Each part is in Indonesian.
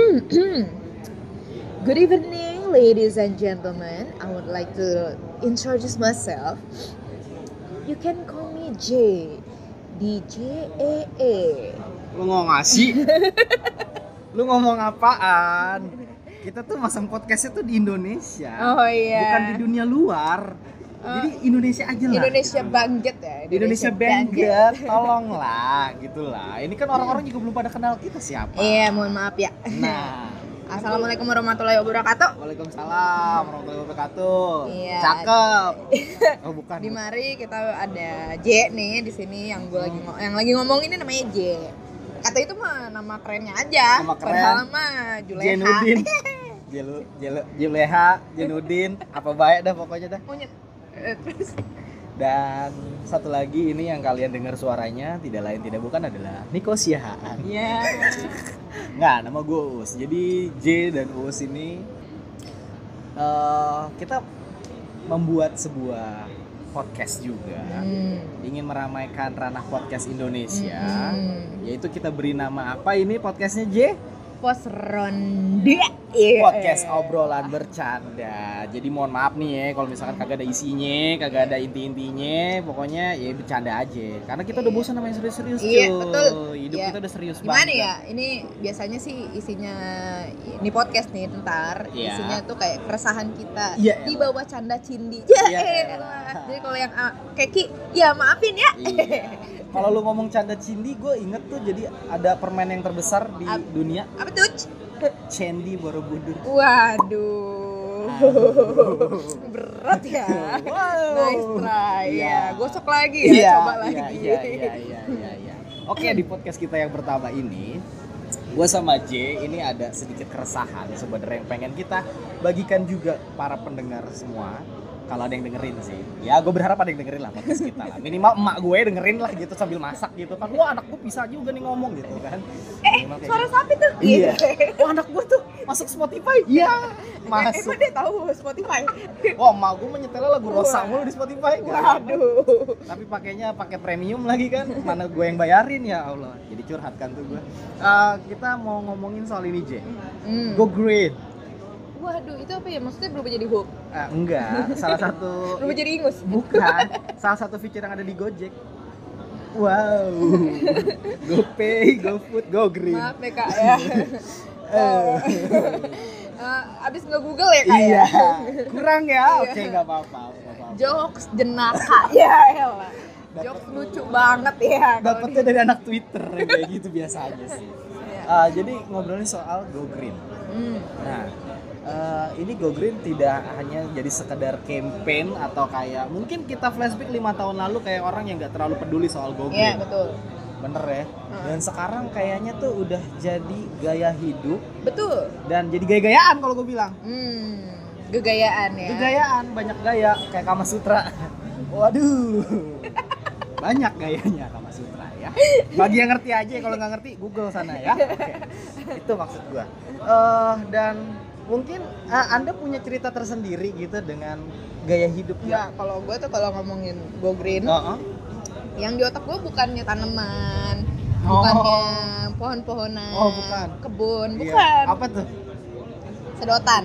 Good evening, ladies and gentlemen. I would like to introduce myself. You can call me J. DJEE. Lu mau ngasih? Lu ngomong apaan? Kita tuh masang podcastnya tuh di Indonesia. Oh iya. Bukan di dunia luar. Jadi Indonesia aja lah. Indonesia banget ya. Indonesia banget, tolonglah gitulah. Ini kan orang-orang juga belum pada kenal kita siapa. Iya, mohon maaf ya. Nah, Assalamualaikum warahmatullahi wabarakatuh. Waalaikumsalam warahmatullahi wabarakatuh. Iya. Cakep. Oh bukan. Di mari kita ada J nih di sini yang gue lagi ngomong ini namanya J. Kata itu mah nama kerennya aja. Nama keren. Padahal mah Juleha. Jenudin. Juleha, Jenudin, apa baik dah pokoknya dah. Monyet. Terus Dan satu lagi ini yang kalian dengar suaranya tidak lain tidak bukan adalah Niko Siahaan. Iya. Nggak, nama gue Uus. Jadi J dan Uus ini kita membuat sebuah podcast juga. Ingin meramaikan ranah podcast Indonesia. Yaitu kita beri nama apa ini podcastnya J? Pos ronde. Podcast obrolan bercanda. Jadi mohon maaf nih ya kalau misalkan kagak ada isinya, kagak ada inti-intinya, pokoknya ya bercanda aja. Karena kita udah bosan sama yang serius-serius cuy. Iya, betul. Hidup kita udah serius Gimana banget. ya? Ini biasanya sih isinya ini podcast nih ntar Iya. isinya tuh kayak keresahan kita Iya, di bawah canda cindi. Iya, Elah. Jadi kalau yang keki ya maafin ya. Iya. Kalau lu ngomong canda cindi, gue inget tuh jadi ada permen yang terbesar di dunia, Apa tuh? Candi Borobudur. Waduh. Berat ya. Wow. Nice try. Iya. Ya, gosok lagi ya, coba lagi. Iya. Oke, di podcast kita yang pertama ini, gue sama J ini ada sedikit keresahan sebenarnya yang pengen kita bagikan juga para pendengar semua. Kalau ada yang dengerin sih, ya gue berharap ada yang dengerin lah podcast kita lah. Minimal emak gue dengerin lah gitu sambil masak gitu kan. Wah anak gue bisa juga nih ngomong gitu kan. Suara sapi tuh. Iya. Wah anak gue tuh masuk Spotify. Iya. Emang Masuk. dia tahu Spotify. Wah emak gue menyetelnya lagu Rosa mulu di Spotify. Waduh. Tapi pakainya pakai premium lagi kan. Mana gue yang bayarin ya Allah. Jadi curhat kan tuh gue. Kita mau ngomongin soal ini J. Go Green. Waduh, itu apa ya? Maksudnya berubah jadi hook? Enggak, salah satu Berubah jadi ingus? bukan, salah satu feature yang ada di Gojek. Wow. GoPay, GoFood, Go Green. Maaf ya kak ya. Abis nge-google ya kak Iya. ya? Kurang ya? Oke, enggak apa-apa. Jokes jenaka. Ya elah. Jokes lucu banget ya. Dapatnya dari anak Twitter kayak gitu biasa aja sih. Jadi ngobrolin soal Go Green. Nah, ini Go Green tidak hanya jadi sekedar campaign atau kayak mungkin kita flashback 5 tahun lalu kayak orang yang nggak terlalu peduli soal Go Green. Iya betul. Bener ya. Dan sekarang kayaknya tuh udah jadi gaya hidup Betul. dan jadi gaya-gayaan kalau gue bilang. Gegayaan ya. Gegayaan, banyak gaya kayak Kama Sutra. Waduh. Banyak gayanya Kama Sutra ya. Bagi yang ngerti aja, kalau nggak ngerti Google sana ya. Oke. Itu maksud gua. Dan mungkin Anda punya cerita tersendiri gitu dengan gaya hidup Enggak, kalau gue tuh kalau ngomongin Go Green, yang di otak gue bukannya tanaman, bukannya pohon-pohonan, bukan. kebun, Iya. bukan. Apa tuh? Sedotan.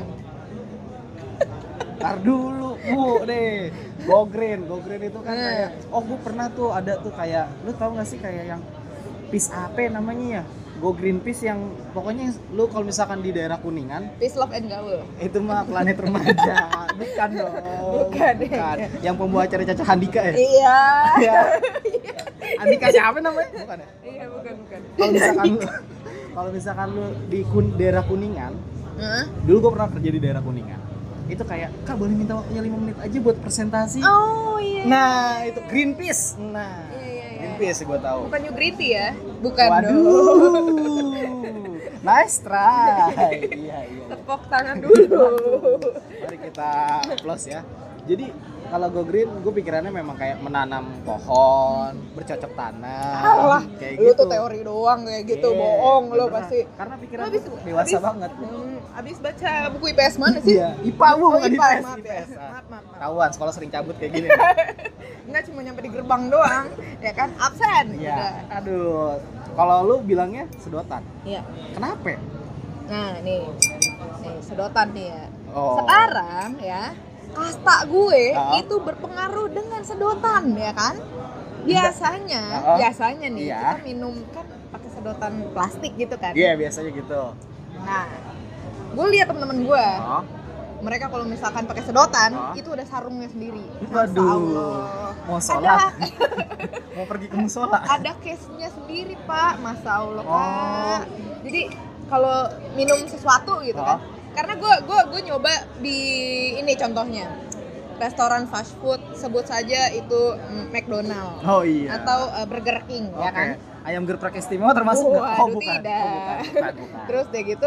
Ntar dulu, Bu deh. Go Green itu kan kayak gue pernah tuh ada tuh kayak lu tahu nggak sih kayak yang peace apa namanya ya? Go Green Peace yang pokoknya lu kalau misalkan di daerah Kuningan, Peace, love, and gaul. itu mah Planet Remaja. Bukan dong. Bukan. Yang pembawa acara Caca Handika ya? Iya. Iya. Andika siapa namanya? Bukan ya? Iya, bukan. Kalau misalkan lu di daerah Kuningan, dulu gue pernah kerja di daerah Kuningan. Itu kayak, Kak boleh minta waktunya 5 menit aja buat presentasi. Oh iya. Nah, itu Greenpeace. Nah, Iya. Greenpeace gue tahu. Bukan New Gritty ya? Bukan. Waduh. Dong. Nice try. Iya. Tepok tangan dulu. Mari kita applause ya. Jadi kalau Go Green, gue pikirannya memang kayak menanam pohon, bercocok tanam. Alah, kayak lu gitu. tuh teori doang kayak gitu, Yeah, bohong lu beneran. pasti. Karena pikiran Lu gue tuh dewasa banget. Abis baca buku IPS mana sih? Iya, IPA bu, bukan IPA, IPS. maaf ya. IPS. Maaf. Tahuan, sekolah sering cabut kayak gini. Enggak cuma nyampe di gerbang doang, ya kan? Absen. Iya. Udah. Aduh, kalau lu bilangnya sedotan. Iya. Kenapa? Nah, nih sedotan nih ya. Oh. Sekarang ya, kasta gue Ah. itu berpengaruh dengan sedotan ya kan. Biasanya nih Iya. kita minum kan pakai sedotan plastik gitu kan. Iya, biasanya gitu. Nah, gue lihat temen-temen gue, Oh. mereka kalau misalkan pakai sedotan Ah. itu udah sarungnya sendiri. Masya Waduh. Allah. Mau sholat. Mau pergi ke musola. Ada case-nya sendiri Pak, Masya Allah Oh. Pak. Jadi kalau minum sesuatu gitu kan, karena gue nyoba di ini contohnya restoran fast food, sebut saja itu McDonald Oh iya. atau Burger King ya Oke. kan. Ayam geprek istimewa termasuk nggak? Waduh, bukan. tidak. Bukan. Terus deh gitu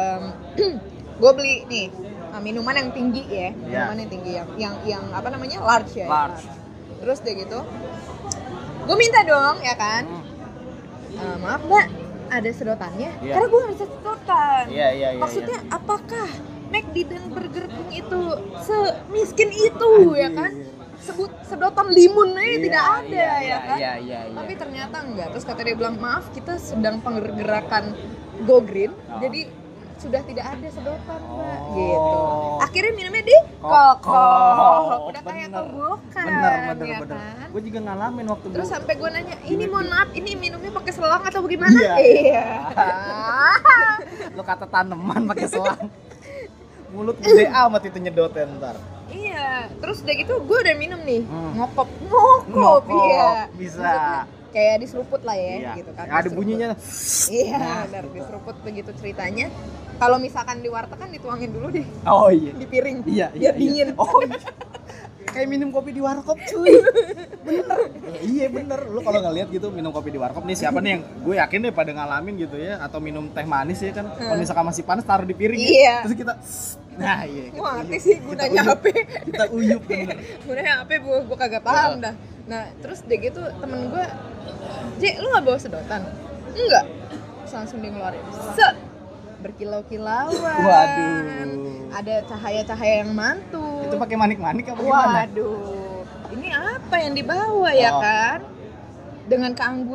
gue beli nih minuman yang tinggi ya, minuman yang tinggi yang apa namanya large ya. Large. Terus deh gitu gue minta dong ya kan. Maaf mbak, ada sedotannya? Iya. Karena gue nggak bisa sedotan. Iya. Maksudnya apakah McD dan Burger King itu semiskin itu ya kan? Sebut sedotan limun aja tidak ada ya kan? Iya. Tapi ternyata enggak. Terus kata dia bilang, maaf kita sedang pergerakan go green, jadi sudah tidak ada sedotan mbak, gitu. Akhirnya minumnya di koko. Udah kayak kebukan, Bener. ya kan? Gue juga ngalamin waktu Terus gua- sampai gue nanya, ini mohon maaf, ini minumnya pakai selang atau bagaimana? Iya. Iya. Lo kata tanaman pakai selang. Mulut gede amat itu nyedotnya ntar. Iya, terus udah gitu gue udah minum nih, ngokop, Ngokop, iya. bisa. Maksudnya kayak diseruput lah ya, Iya. gitu kan. Ada diseruput. bunyinya. Iya, Nah, benar, diseruput begitu ceritanya. Kalau misalkan di warteg kan dituangin dulu deh Oh iya. di piring, Iya. biar dingin. Oh iya. Kayak minum kopi di warkop cuy. Bener. Iya bener. Lu kalau ngeliat gitu minum kopi di warkop nih siapa nih yang gue yakin deh pada ngalamin gitu ya, atau minum teh manis ya kan. Kalau misalkan masih panas taruh di piring. Iya. Ya. Terus kita nah iya. kita Wah, uyup. sih Kita gunanya uyup. HP. Kita uyup bener. Gunanya HP gue kagak paham dah. Nah, terus deh gitu temen gue, J, lu gak bawa sedotan? Enggak. Terus langsung dia ngeluarin, set, berkilau-kilauan. Waduh. Ada cahaya-cahaya yang mantul. Itu pakai manik-manik apa gimana? Waduh, ini apa yang dibawa ya kan? Dengan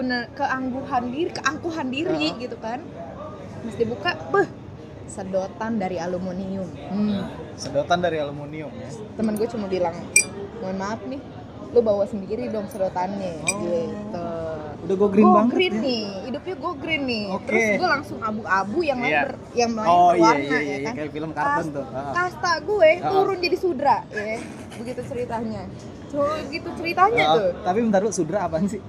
keangkuhan diri gitu kan. Mas dibuka, beh, sedotan dari aluminium. Sedotan dari aluminium ya. Temen gue cuma bilang, mohon maaf nih, lu bawa sendiri dong sedotannya, gitu. Udah go green banget. Green ya. nih, hidupnya go green nih. Oke. Terus gue langsung abu-abu yang lain Iya. yang lain Oh berwarna iya, ya kan. kayak film kartun tuh. Kasta gue turun jadi sudra ya. Begitu ceritanya. Begitu ceritanya tuh. Tapi bentar lu sudra apaan sih?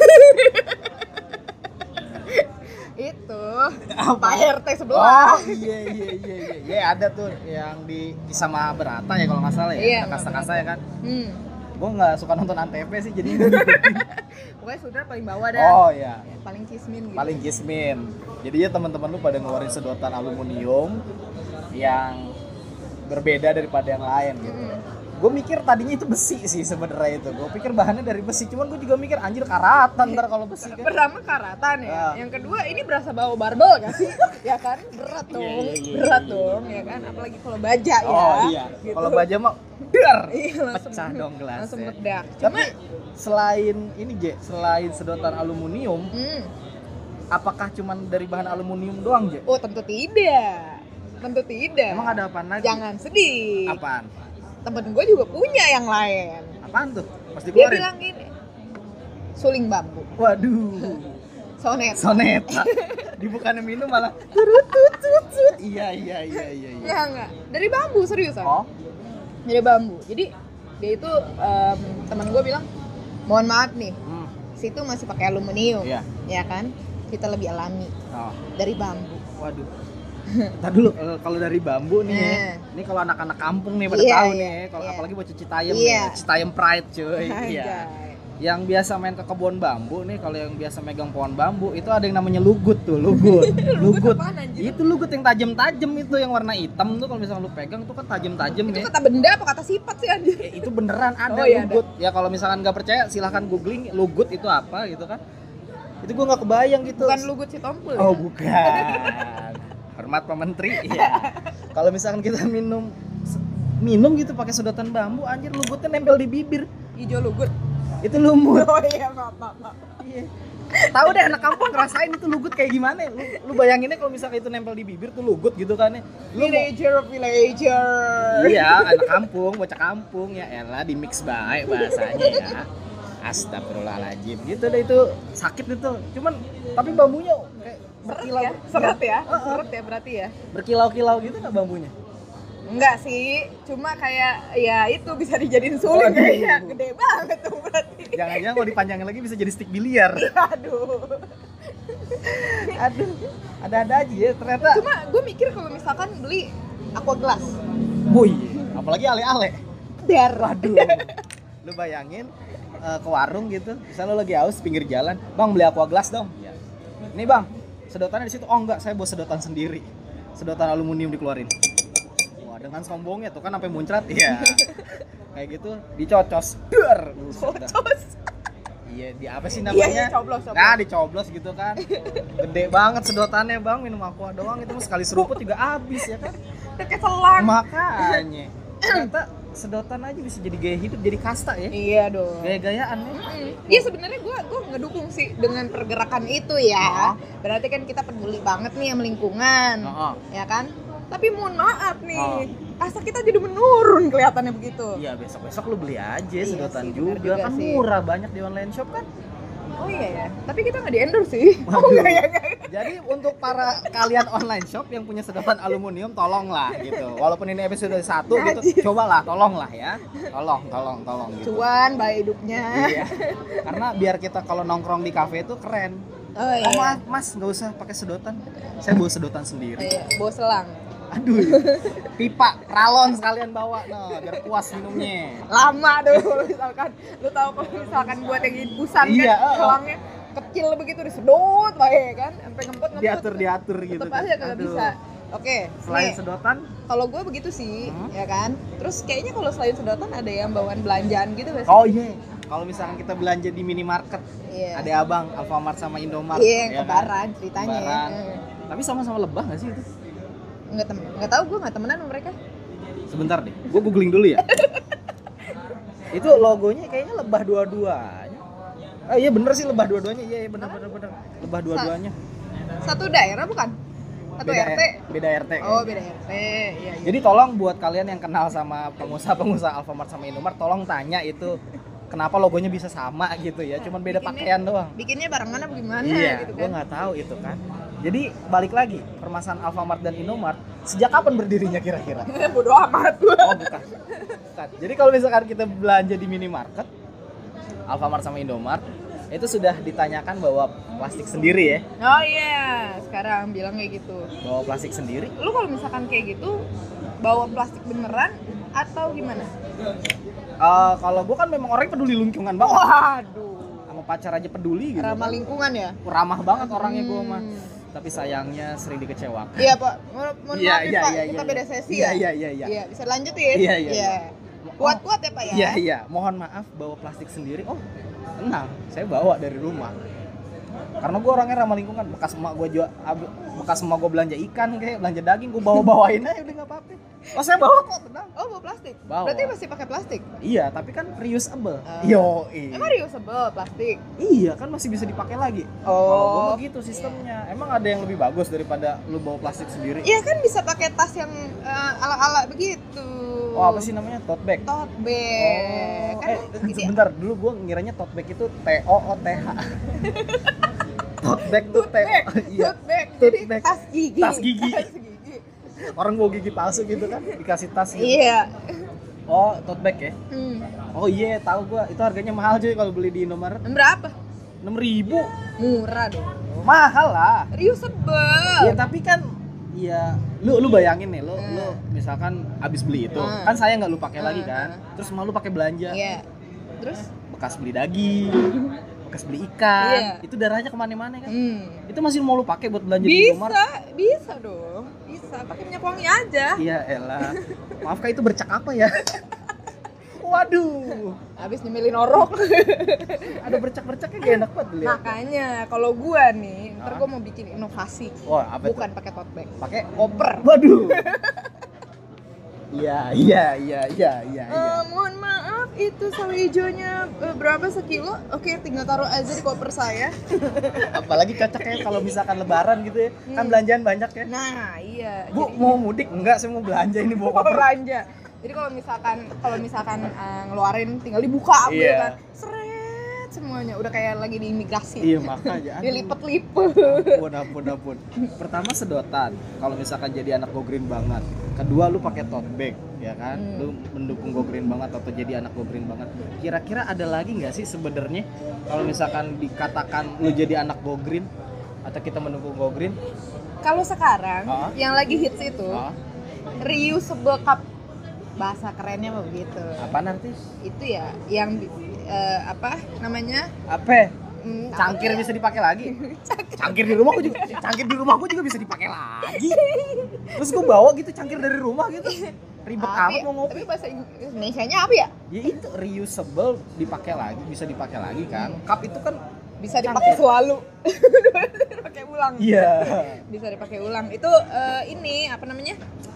Itu Pak RT sebelah. Oh iya. Ya ada tuh yang di Kisah Mahabharata ya kalau nggak salah ya. Iya, Kasta-kasta ya kan. Gue nggak suka nonton Antv sih jadi nggak ngikutin. Pokoknya sudra paling bawah dah. Oh iya. Paling cismin gitu. Paling kismin. Jadinya teman-teman lu pada ngeluarin sedotan aluminium yang berbeda daripada yang lain gitu. Gue mikir tadinya itu besi sih sebenarnya itu. Gue pikir bahannya dari besi, cuman gue juga mikir anjir karatan ntar kalau besi kan. Pertama karatan ya. Yang kedua ini berasa bawa barbel gak sih? Ya kan? Berat dong. Iya. Berat dong ya kan? Apalagi kalau baja ya. Oh iya. Gitu. Kalau baja mah dar. Iya, langsung Pecah dong gelasnya. langsung meledak. Tapi selain ini selain sedotan aluminium, apakah cuman dari bahan aluminium doang Je? Oh tentu tidak. Tentu tidak. Emang ada apaan lagi? Jangan sedih. Apaan? Temen gue juga punya yang lain. Apaan tuh? Pas Dia dikeluarin? bilang gini, suling bambu, Waduh. sonet. Soneta. Dibukannya minum malah Iya. Ya enggak, dari bambu seriusan. Oh. Dari bambu. Jadi dia itu teman gue bilang, mohon maaf nih, situ masih pakai aluminium, Iya. ya kan? Kita lebih alami Oh. dari bambu. Waduh. Tadi dulu kalau dari bambu nih, Nah. ini kalau anak-anak kampung nih pada Iya, tahu iya, nih, kalau iya. apalagi buat Citayam Iya. nih, Citayam Pride cuy. Iya. Anjay. Yang biasa main ke kebun bambu nih, kalau yang biasa megang pohon bambu itu ada yang namanya lugut tuh, lugut. Lugut. apaan, anjir? Itu lugut yang tajam-tajam itu yang warna hitam tuh kalau misalnya lu pegang tuh kan tajam-tajam Itu ya. kata benda apa kata sifat sih anjir? Itu beneran ada Oh, iya, lugut. Ya kalau misalkan nggak percaya silahkan googling lugut itu apa gitu kan. Itu gua nggak kebayang gitu. Bukan lugut si tompul Oh ya? bukan. Hormat Pak Menteri. Iya. Kalau misalkan kita minum gitu pakai sedotan bambu, anjir lugutnya nempel di bibir. Hijau lugut. Itu lumut. Oh iya, maaf. Iya. Tahu deh anak kampung ngerasain itu lugut kayak gimana. Lu bayanginnya kalau misalnya itu nempel di bibir tuh lugut gitu kan ya. Villager. Iya, anak kampung, bocah kampung ya elah di mix baik bahasanya ya. Astagfirullahaladzim. Gitu deh itu sakit itu. Cuman tapi bambunya kayak berkilau. Seret ya berarti ya. Berkilau-kilau gitu enggak bambunya? Enggak sih, cuma kayak ya itu bisa dijadiin suling kayaknya. Gede banget tuh berarti. Jangan-jangan kalau dipanjangin lagi bisa jadi stick biliar. Aduh. Ada-ada aja ya ternyata. Cuma gue mikir kalau misalkan beli aqua glass. Wih, apalagi ale-ale. Waduh. Lu bayangin ke warung gitu, misalnya lu lagi haus pinggir jalan, "Bang, beli aqua glass dong." Ya. "Nih, Bang, sedotannya di situ." "Oh, enggak, saya bawa sedotan sendiri." Sedotan aluminium dikeluarin. Dengan sombongnya tuh kan sampai muncrat ya. Kayak gitu dicocos. Dar. Cocos. Iya, di apa sih namanya? Iya, coblos. Nah, dicoblos gitu kan. Gede banget sedotannya, Bang. Minum aqua doang itu sekali seruput juga habis ya kan. Kayak selang. Makanya. Ternyata sedotan aja bisa jadi gaya hidup, jadi kasta ya. Iya dong. Gaya-gayaan ya. Iya sebenarnya gue ngedukung sih dengan pergerakan itu ya. Berarti kan kita peduli banget nih sama lingkungan. Ya kan? Tapi mohon maaf nih, kasta kita jadi menurun kelihatannya begitu. Iya, besok-besok lu beli aja sedotan sih, juga kan sih. murah, banyak di online shop kan. Oh iya ya, tapi kita nggak di-endorse sih. Oh enggak. Jadi untuk para kalian online shop yang punya sedotan aluminium tolonglah gitu. Walaupun ini episode 1 gitu, cobalah tolonglah ya. Tolong gitu. Cuan baik hidupnya. Iya. Karena biar kita kalau nongkrong di kafe itu keren. Oh iya. Oh mas, nggak usah pakai sedotan. Saya bawa sedotan sendiri. Iya, bawa selang. Aduh, pipa, ralon sekalian bawa, nah biar puas minumnya. Lama tuh kalau misalkan, lu tahu kalau misalkan buat yang infusan iya, kan, selangnya kecil begitu disedot, baik kan, sampai ngempet. Diatur gitu. Tetap aja kagak bisa. Oke. Selain sedotan, kalau gue begitu sih, ya kan. Terus kayaknya kalau selain sedotan ada yang bawaan belanjaan gitu nggak sih? Oh iya. Kalau misalkan kita belanja di minimarket, ada abang Alfamart sama Indomart. Iya, yang kebaran kan? Ceritanya. Kebaran. Tapi sama-sama lebah nggak sih itu? Nggak tahu, gue nggak temenan sama mereka. Sebentar deh, gue googling dulu ya. Itu logonya kayaknya lebah dua-duanya. Iya bener sih lebah dua-duanya. Iya bener. Lebah dua-duanya. Satu daerah bukan? Satu RT? Beda RT. Oh beda RT. Iya. Jadi tolong buat kalian yang kenal sama pengusaha Alfamart sama Indomart, tolong tanya itu kenapa logonya bisa sama gitu ya. Cuman beda pakaian doang. Bikinnya barengan apa gimana iya, gitu kan? Gue nggak tahu itu kan. Jadi balik lagi, permasalahan Alfamart dan Indomart sejak kapan berdirinya kira-kira? Bodoh amat gue. Oh bukan. Jadi kalau misalkan kita belanja di minimarket, Alfamart sama Indomart, itu sudah ditanyakan bawa plastik sendiri ya? Oh iya, sekarang bilang kayak gitu. Bawa plastik sendiri? Lu kalau misalkan kayak gitu, bawa plastik beneran atau gimana? Kalau gue kan memang orang peduli lingkungan banget. Waduh. Sama pacar aja peduli gitu. Ramah kan. lingkungan ya? Ramah banget orangnya gue mah. Tapi sayangnya sering dikecewakan. Iya Pak, mohon maaf ya Pak, kita beda sesi ya? Iya. Iya, bisa lanjutin? Iya. Kuat-kuat ya Pak ya? Iya, mohon maaf bawa plastik sendiri. Oh, tenang, saya bawa dari rumah. Karena gue orangnya ramah lingkungan, bekas emak gue belanja ikan kayak belanja daging gue bawain aja udah nggak apa-apa. Oh saya bawa kok, tenang. Oh bawa plastik? Bawa. Berarti masih pakai plastik? Iya, tapi kan reusable. Emang reusable plastik? Iya, kan masih bisa dipakai lagi. Kalau gue begitu sistemnya. Emang ada yang lebih bagus daripada lu bawa plastik sendiri? Iya kan bisa pakai tas yang ala-ala begitu. Oh apa sih namanya? Tote bag? Tote bag. Sebentar, dulu gue ngiranya tote bag itu TOOTH. Tote bag tuh Tote bag. Jadi tas gigi. Tas gigi. Orang bawa gigi palsu gitu kan, dikasih tas gitu. Iya. Oh, tote bag ya? Oh iya, tahu gua. Itu harganya mahal cuy kalau beli di Indomaret. Berapa? 6.000. Murah dong. Mahal lah. Reusable. Ya tapi kan ya lu bayangin nih, lu misalkan abis beli itu, kan saya nggak lu pakai lagi kan. Terus malu pakai belanja. Iya. Terus bekas beli daging. Bekas beli ikan, itu darahnya kemana-mana kan? Itu masih mau lu pakai buat belanja di Indomaret? Bisa dong, bisa. Pakai minyak wangi aja. Iya elah. Maaf kak itu bercak apa ya? Waduh. Habis nyemilin orok. Ada bercak-bercaknya gak enak banget lihat. Makanya kalau gua nih, ntar gua mau bikin inovasi. Wah, apa bukan pakai tote bag, pakai koper. Waduh. Iya. Mohon maaf, itu sawi hijaunya berapa sekilo? Oke, tinggal taruh aja di koper saya. Apalagi cocok ya kalau misalkan lebaran gitu ya. Kan belanjaan banyak ya. Nah, iya. Bu, mau mudik? Enggak, saya mau belanja ini bawa Mau koper. belanja. Jadi kalau misalkan ngeluarin tinggal dibuka gitu Iya. kan. Seret semuanya udah kayak lagi di imigrasi. Iya, makanya. Aduh. Dilipet-lipet. Ampun. Pertama sedotan. Kalau misalkan jadi anak go green banget. Kedua lu pakai tote bag, ya kan? Lu mendukung go green banget atau jadi anak go green banget. Kira-kira ada lagi nggak sih sebenarnya kalau misalkan dikatakan lu jadi anak go green atau kita mendukung go green? Kalau sekarang yang lagi hits itu reusable cup, bahasa kerennya mah begitu. Apa nanti? Itu ya yang apa namanya? Apa? Cangkir bisa dipakai lagi. Cangkir di rumahku juga bisa dipakai lagi. Terus gue bawa gitu cangkir dari rumah gitu. Ribet amat mau ngopi. Tapi bahasa Indonesianya apa ya? Ya itu reusable, dipakai lagi, bisa dipakai lagi kan. Cup itu kan bisa dipakai selalu. Pakai ulang. Iya. Bisa dipakai ulang. Itu ini apa namanya?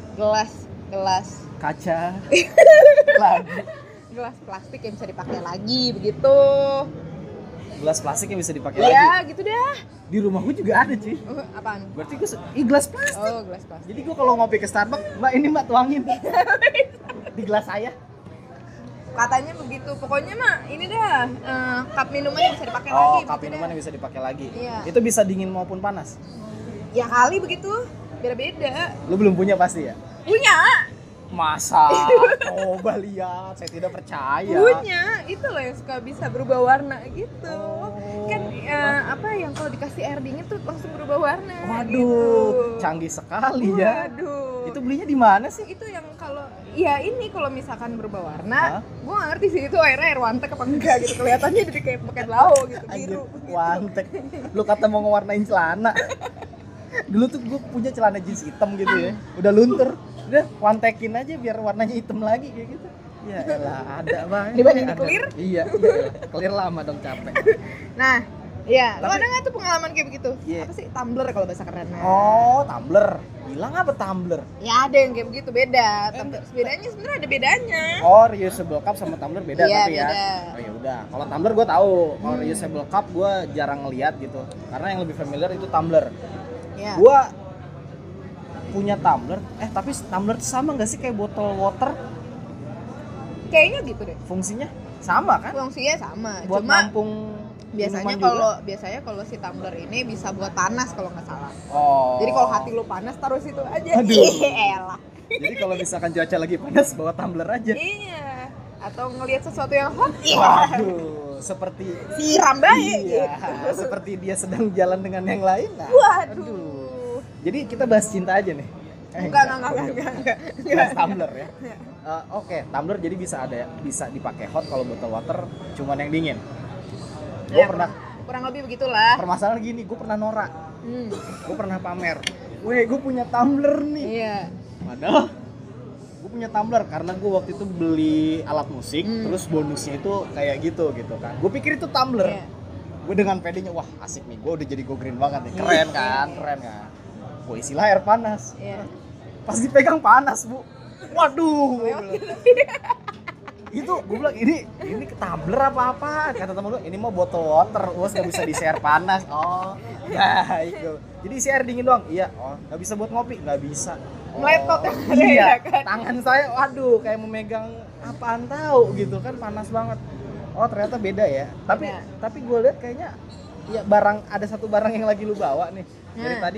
Gelas Kaca. Lagi. Gelas plastik yang bisa dipakai lagi begitu. Gelas plastik yang bisa dipakai lagi. Iya, gitu dah. Di rumahku juga ada, cuy. Apaan? Berarti gue gelas plastik. Oh, gelas plastik. Jadi gue kalau ngopi ke Starbucks, Mbak ini Mbak tuangin di gelas saya. Katanya begitu. Pokoknya mah ini dah cup minuman yang bisa dipakai lagi. Cup minuman yang bisa dipakai lagi. Iya. Itu bisa dingin maupun panas. Ya kali begitu. Beda-beda. Lu belum punya pasti ya? Punya. Masa? Coba lihat, saya tidak percaya. Punya. Itu loh yang suka bisa berubah warna gitu. Kan apa yang kalau dikasih air dingin tuh langsung berubah warna. Waduh, gitu. canggih sekali ya. Waduh. Itu belinya di mana sih? Itu yang kalau ya ini kalau misalkan berubah warna, gue gak ngerti sih itu air wantek apa enggak gitu, kelihatannya jadi kayak pakai lau gitu, biru. Wantek. Lu kata mau ngewarnain celana. Dulu tuh gue punya celana jeans hitam gitu ya, udah luntur, udah wantekin aja biar warnanya hitam lagi kayak gitu. Ya elah, ada banget. Dibanding di clear? Iya, clear lama dong, capek. Nah, iya, lo ada nggak tuh pengalaman kayak begitu? Yeah. Apa sih tumbler kalau bahasa kerennya? Oh, tumbler. Bilang apa tumbler? Ya ada yang kayak begitu, beda. Tapi bedanya sebenarnya ada bedanya. Oh, reusable cup sama tumbler beda Iya, tapi ya. beda. Oh ya udah. Kalau tumbler gue tahu. Kalau reusable cup gue jarang ngeliat gitu. Karena yang lebih familiar itu tumbler. Ya. Gue punya tumbler. Tapi tumbler tuh sama nggak sih kayak botol water? Kayaknya gitu deh. Fungsinya sama kan? Fungsinya sama. Buat Cuma nampung biasanya kalau si tumbler ini bisa buat panas kalau nggak salah. Oh. Jadi kalau hati lu panas taruh situ aja. Aduh. Elah. Jadi kalau misalkan cuaca lagi panas bawa tumbler aja. Iya. Atau ngelihat sesuatu yang hot. Waduh, seperti Siram baik. iya, seperti dia sedang jalan dengan yang lain. Nah, Waduh. Jadi kita bahas cinta aja nih. Enggak. Bahas tumbler ya. Oke, tumbler jadi bisa dipakai hot kalau botol water cuman yang dingin. Gue Ya, pernah kurang lebih begitulah. permasalahan gini, gue pernah norak. Gue pernah pamer. Weh, gue punya tumbler nih. Iya. Padahal gue punya tumbler karena gue waktu itu beli alat musik, terus bonusnya itu kayak gitu kan. Gue pikir itu tumbler. Iya. Gue dengan pedenya, wah asik nih, gue udah jadi go green banget nih, keren kan. Gue isilah air panas. Iya. Pas dipegang panas, Bu. Waduh. Itu gue bilang ini tumbler apa? Kata temen lu, ini mau botol water, bos nggak bisa di air panas. Oh, baik. Jadi isi air dingin doang. Iya. Oh, nggak bisa buat ngopi? Nggak bisa. Meletot ya, Iya. kan? Tangan saya, waduh, kayak memegang apaan tahu gitu kan, panas banget. Oh, ternyata beda ya. Tapi gue lihat kayaknya ya ada satu barang yang lagi lu bawa nih. Dari tadi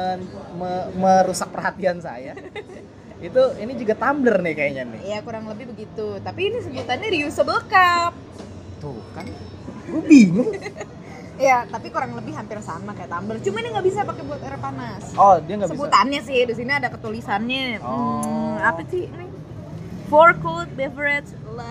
merusak perhatian saya. Ini juga tumbler nih kayaknya nih. Iya, kurang lebih begitu. Tapi ini sebutannya reusable cup. Tuh kan, gue bingung. Iya, tapi kurang lebih hampir sama kayak tumbler. Cuma ini nggak bisa pakai buat air panas. Oh, dia nggak bisa. Sebutannya sih di sini ada ketulisannya. Oh. Apa sih ini? For cold beverage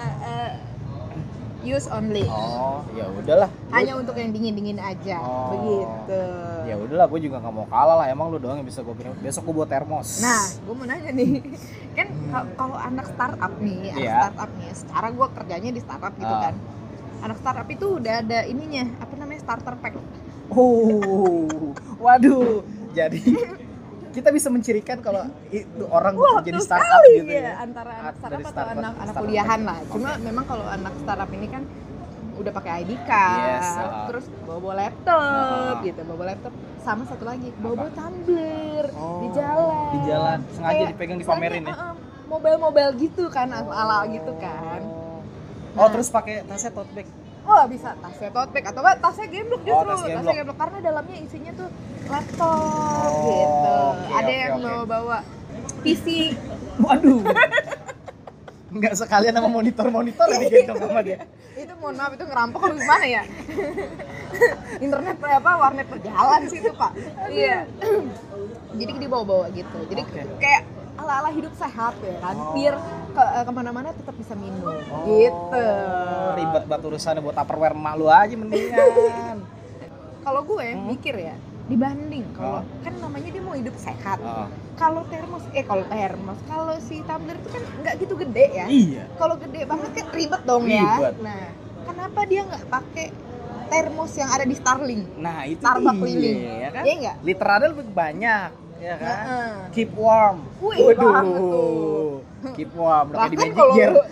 use only. Oh, ya udahlah. Hanya untuk yang dingin-dingin aja. Oh. Begitu. Ya udahlah, gue juga nggak mau kalah lah. Emang lu doang yang bisa gue kirim. Besok gue buat termos. Nah, gue mau nanya nih, kan kalau anak startup nih, secara gue kerjanya di startup gitu kan. Anak startup itu udah ada ininya, apa namanya, starter pack. Oh, waduh. Jadi kita bisa mencirikan kalau itu orang jadi betul startup sekali, gitu ya. ya. Antara anak Dari startup atau startup- anak startup kuliahan tadi. lah. Cuma Oke. memang kalau anak startup ini kan udah pakai ID card, Yes, terus bawa laptop Ah. gitu, bawa laptop sama satu lagi bawa tumbler di Oh, jalan. di jalan. Sengaja Kayak- dipegang dipamerin ya. Mobile-mobile gitu kan, ala gitu kan. Oh, Nah. terus pakai tasnya tote bag. Oh bisa tasnya tote bag atau enggak tasnya gemblok justru, tas gemblok. karena dalamnya isinya tuh laptop Oh, gitu. oke, Ada oke, yang oke. bawa-bawa PC. Waduh. Enggak sekalian sama monitor ya digendong sama dia. Itu mohon maaf itu ngerampok apa gimana ya? Internet warnet berjalan sih itu Pak. Iya. Jadi dibawa-bawa gitu. Jadi Oke. kayak ala-ala hidup sehat ya kan. Oh. Biar kemana-mana tetap bisa minum gitu. Ribet banget urusannya buat Tupperware emak lu aja mendingan. Kalau gue mikir ya, dibanding kalau Oh. kan namanya dia mau hidup sehat. Oh. Kalau kalau si tumbler itu kan nggak gitu gede ya. Iya. Kalau gede banget kan ribet dong Ribet. ya. Nah, kenapa dia nggak pakai termos yang ada di Starling? Nah, itu Starbucks dia, keliling. ya kan? Iya nggak? Literalnya lebih banyak, ya kan? Heeh. Keep warm. Wih, banget tuh. Keep warm, udah kayak di Bahkan Magic kalau Gear.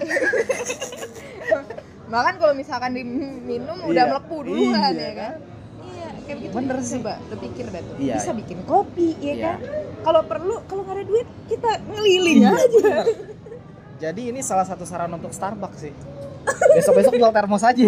bahkan kalau misalkan diminum Iya. udah melepuh duluan Iya, ya kan? Iya, kayak begitu. Bener sih. Coba lu pikir dah tuh. Iya. Bisa bikin kopi ya Iya. kan? Kalau perlu kalau nggak ada duit kita ngeliling Iya, aja. bener. Jadi ini salah satu saran untuk Starbucks sih. Besok-besok jual termos aja.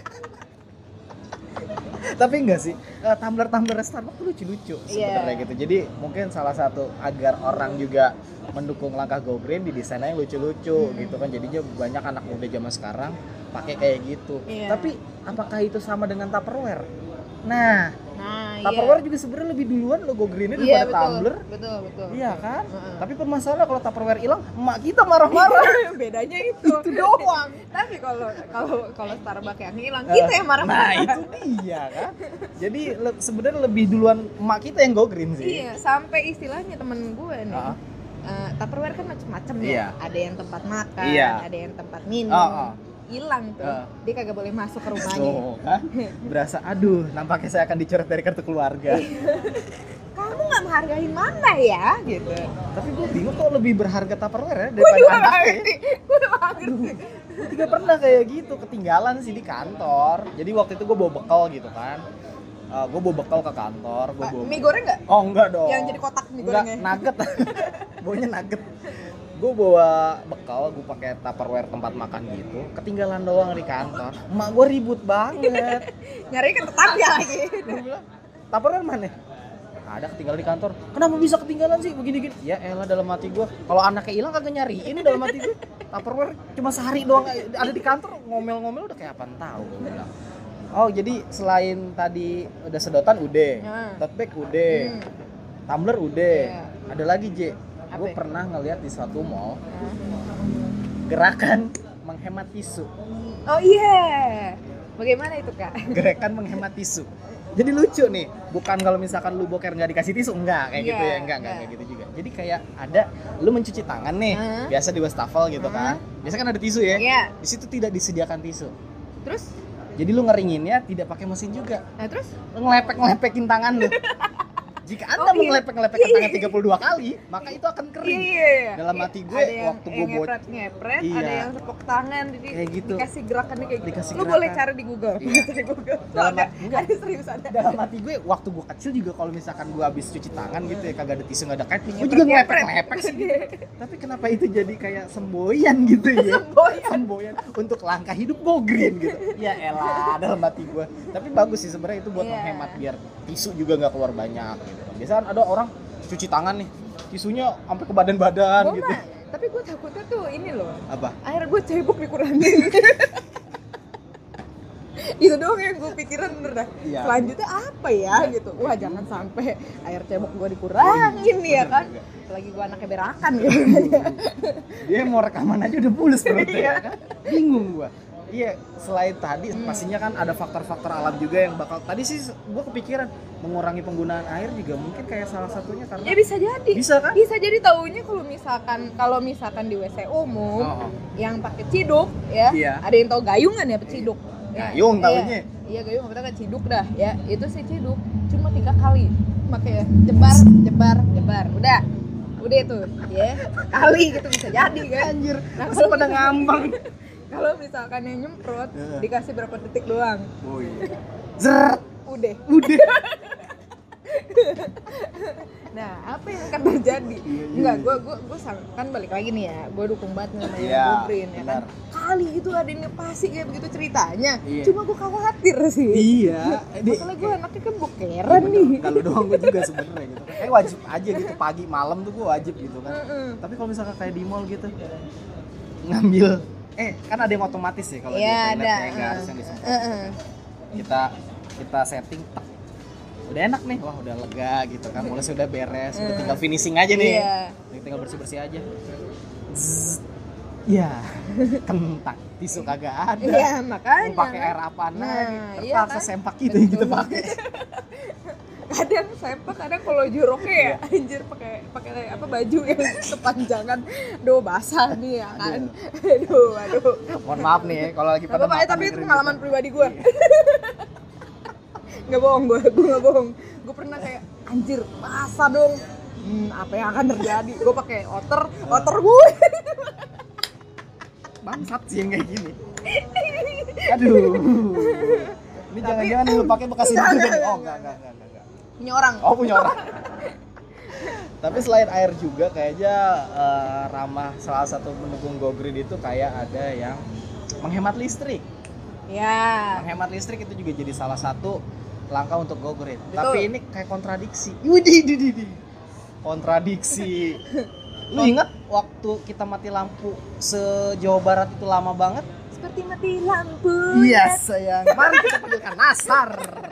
Tapi enggak sih, tumbler-tumbler Starbucks tuh lucu-lucu sebenarnya Iya. gitu. Jadi mungkin salah satu agar orang juga mendukung langkah Go Green, didesainnya yang lucu-lucu gitu kan. Jadinya banyak anak muda zaman sekarang pakai kayak gitu. Iya. Tapi apakah itu sama dengan Tupperware? Nah, Nah, Tupperware juga sebenarnya lebih duluan lo Go Green-nya iya, daripada tumbler. betul. Iya kan? Heeh. Tapi permasalahan kalau Tupperware hilang, emak kita marah-marah. Bedanya itu doang. Tapi kalau Starbucks yang hilang kita yang marah-marah. Nah, itu dia kan. Jadi sebenarnya lebih duluan emak kita yang Go Green sih. Iya, sampai istilahnya temen gue nih. Ah. Tupperware kan macam-macam ya. Iya. Ada yang tempat makan, Iya. ada yang tempat minum. Ah. Hilang tuh. Dia kagak boleh masuk ke rumahnya. Tuh, kan? Berasa aduh, nampaknya saya akan dicoret dari kartu keluarga. Kamu nggak menghargai mana ya gitu. Tapi gue bingung kok lebih berharga Tupperware ya Gue daripada juga nggak anaknya. ngerti. Gue nggak ngerti. Gue juga pernah kayak gitu, ketinggalan sih di kantor. Jadi waktu itu gue bawa bekal gitu kan. Gue bawa bekal ke kantor, gue bawa. Mie goreng nggak? Oh enggak dong. Yang jadi kotak mie Enggak, gorengnya. nugget. Baunya nugget. Gue bawa bekal, gue pakai Tupperware tempat makan gitu. Ketinggalan doang di kantor. Emak gue ribut banget. Nyari ke tetangga lagi. Gue bilang, Tupperware mana? Ada ketinggalan di kantor. Kenapa bisa ketinggalan sih begini-gini? Ya elah dalam hati gue. Kalau anaknya hilang kagak nyariin dalam hati gue. Tupperware cuma sehari doang ada di kantor, ngomel-ngomel udah kayak apaan tahu gue bilang. Oh jadi selain tadi udah sedotan udah, tote bag udah, tumbler udah, ada lagi J. Gue pernah ngeliat di suatu mall gerakan menghemat tisu. Oh iya. Bagaimana itu Kak? Gerakan menghemat tisu. Jadi lucu nih, bukan kalau misalkan lu boker nggak dikasih tisu, enggak kayak gitu ya, enggak kayak gitu juga. Jadi kayak ada lu mencuci tangan nih, biasa di wastafel gitu kan. Biasa kan ada tisu ya. Iya. Di situ tidak disediakan tisu. Terus? Jadi lu ngeringinnya tidak pakai mesin juga. Nah terus? Lu ngelepek-ngelepekin tangan lu. Jika Anda mengelepek-ngelepekkan tangan 32 kali, maka itu akan kering. Iya. Dalam hati gue ada yang, waktu gue ngepret, Iya. ada yang tepuk tangan, jadi Kayak gitu. dikasih gerakannya kayak gitu. Dikasih Lu gerakan. boleh cari di Google. Iya. Cari Google. Dalam Ada, enggak. ada serius ada. dalam hati gue waktu gue kecil juga kalau misalkan gue habis cuci tangan gitu ya kagak ada tisu nggak ada kain gue juga Ngepret-ngepret. ngelepek-ngelepek sih gitu. Tapi kenapa itu jadi kayak semboyan gitu ya semboyan untuk langkah hidup Go Green gitu ya elah dalam hati gue. Tapi bagus sih sebenarnya itu buat Iya. menghemat biar tisu juga nggak keluar banyak gitu. Biasanya ada orang cuci tangan nih tisunya sampai ke badan-badan Gua gitu. mah, tapi gue takutnya tuh ini loh, Apa? air gue cebok dikurangin. Itu doang yang gue pikiran bener dah. Iya. Selanjutnya apa ya gitu. Wah jangan sampai air cebok gue dikurangin ya kan. Apalagi gue anaknya berakan gitu. Dia mau rekaman aja udah pules perutnya Iya. kan? Bingung gua. Iya, selain tadi pastinya kan ada faktor-faktor alam juga yang bakal tadi sih gua kepikiran mengurangi penggunaan air juga mungkin kayak salah satunya karena Ya bisa jadi. Bisa kan? Bisa jadi taunya kalau misalkan di WC umum Oh. yang pakai ciduk ya. Iya. Ada yang tahu gayungan ya peciduk. Gayung tahunya. Iya gayung, kita kan ciduk dah ya. Itu sih ciduk cuma 3 kali makanya jebar udah itu ya kali gitu bisa jadi kan. Anjir, Nah, masa pada ngambang. kalau misalkan yang nyemprot dikasih berapa detik doang, Oh iya. Zeret. udah. Nah, apa yang akan terjadi? Enggak, gue kan balik lagi nih ya, gue dukung banget sama yang Green ya kan. Kali itu ada yang pasti kayak begitu ceritanya, cuma gue khawatir sih. Iya. Masalah gue anaknya kan bokeran nih. Kalau doang gue juga sebenarnya gitu. Kayak wajib aja gitu pagi malam tuh gue wajib gitu kan. Tapi kalau misalkan kayak di mall gitu ngambil kan ada yang otomatis ya kalau di toilet ya nggak harus yang disemprot. Kita setting tak. Udah enak nih, wah udah lega gitu kan, mulai sudah beres, udah tinggal finishing aja nih, tinggal bersih-bersih aja. Ya, kentang, tisu kagak ada. Iya, makanya. Mau pakai air apa lagi, terpaksa sempak gitu yang kita pakai. Kadang sempak, kadang kalau joroknya ya, anjir pakai apa baju yang kepanjangan, basah nih ya kan. Aduh. Mohon maaf nih ya, kalau lagi pada makan. Tapi itu pengalaman pribadi gue. Nggak bohong, gue nggak bohong. Gue pernah kayak anjir masa dong, apa yang akan terjadi? Gue pakai outer gue. Bangsat sih yang kayak gini. Aduh. Ini jangan-jangan lu pakai bekas itu. Oh enggak. Punya orang. Oh punya orang. Tapi selain air juga kayaknya ramah, salah satu pendukung Go Green itu kayak ada yang menghemat listrik. Ya. Menghemat listrik itu juga jadi salah satu langkah untuk Go Green. Betul. Tapi ini kayak kontradiksi. Widih. Kontradiksi. Lu ingat waktu kita mati lampu se-Jawa Barat itu lama banget? Seperti mati lampu. Iya sayang. Mari kita panggilkan Nasar.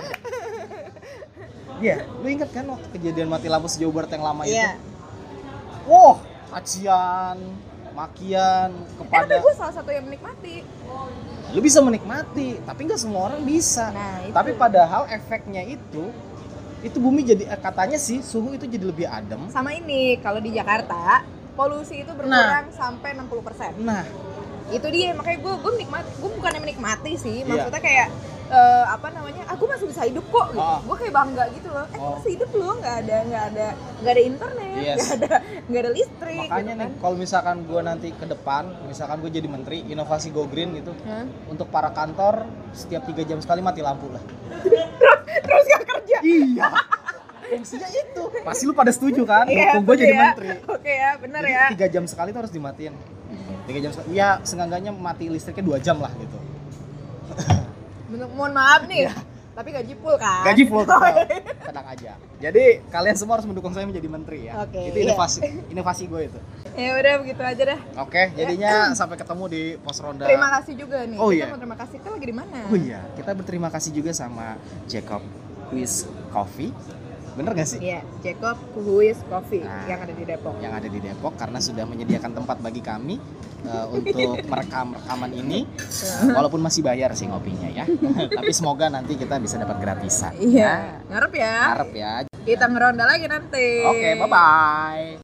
Iya, lu ingat kan waktu kejadian mati lampu se-Jawa Barat yang lama itu? Wah, cacian, makian kepada. Tapi gue salah satu yang menikmati. Lu bisa menikmati, tapi nggak semua orang bisa. Nah, itu. Tapi padahal efeknya itu bumi jadi katanya sih suhu itu jadi lebih adem. Sama ini kalau di Jakarta polusi itu berkurang sampai 60%. Nah, itu dia makanya gue menikmati. Gue bukannya menikmati sih, maksudnya kayak aku masih bisa hidup kok gitu. Gue kayak bangga gitu loh. Masih hidup loh, nggak ada internet, nggak ada listrik. Makanya gitu, nih kalau misalkan gue nanti ke depan, misalkan gue jadi menteri inovasi Go Green gitu, untuk para kantor setiap 3 jam sekali mati lampu lah. Terus gak kerja. Iya. Fungsinya itu. Pasti lu pada setuju kan? Dukung gue jadi menteri. Oke ya, benar jadi, ya. 3 jam sekali itu harus dimatiin. 3 jam sekali. Ya, seenggaknya mati listriknya 2 jam lah gitu. Mohon maaf nih. Tapi gaji full kan? Gaji full tenang aja. Jadi kalian semua harus mendukung saya menjadi menteri ya. Itu inovasi gue itu. Ya udah begitu aja dah. Oke, jadinya sampai ketemu di pos ronda. Terima kasih juga nih. Oh, kita mau terima kasih. Kita lagi di mana? Oh iya, kita berterima kasih juga sama Jacob Quiz Coffee. Bener gak sih? Iya, Jacob Quiz Coffee yang ada di Depok. Yang ada di Depok karena sudah menyediakan tempat bagi kami untuk rekaman ini. Walaupun masih bayar sih ngopinya ya. Tapi semoga nanti kita bisa dapat gratisan. Iya, ngarep ya. Ngarep ya. Kita ngeronda lagi nanti. Oke, bye-bye.